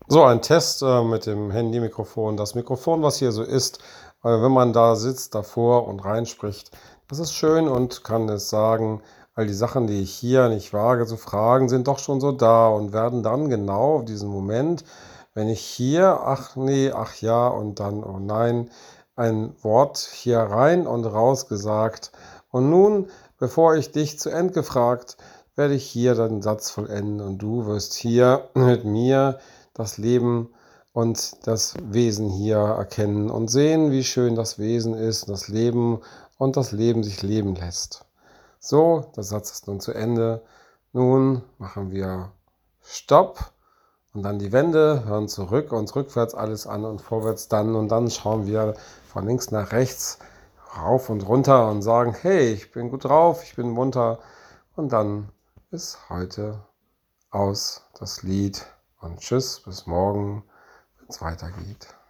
So ein Test mit dem Handy-Mikrofon. Das Mikrofon, was hier so ist, wenn man da sitzt davor und reinspricht, das ist schön und kann es sagen, all die Sachen, die ich hier nicht wage zu fragen, sind doch schon so da und werden dann genau auf diesen Moment, wenn ich hier, ach nee, ach ja und dann, oh nein, ein Wort hier rein und raus gesagt. Und nun, bevor ich dich zu Ende gefragt, werde ich hier den Satz vollenden und du wirst hier mit mir das Leben und das Wesen hier erkennen und sehen, wie schön das Wesen ist, das Leben und das Leben sich leben lässt. So, der Satz ist nun zu Ende. Nun machen wir Stopp und dann die Wände, hören zurück und rückwärts alles an und vorwärts dann und dann schauen wir von links nach rechts, rauf und runter und sagen, hey, ich bin gut drauf, ich bin munter und dann ist heute aus das Lied und tschüss, bis morgen, wenn es weitergeht.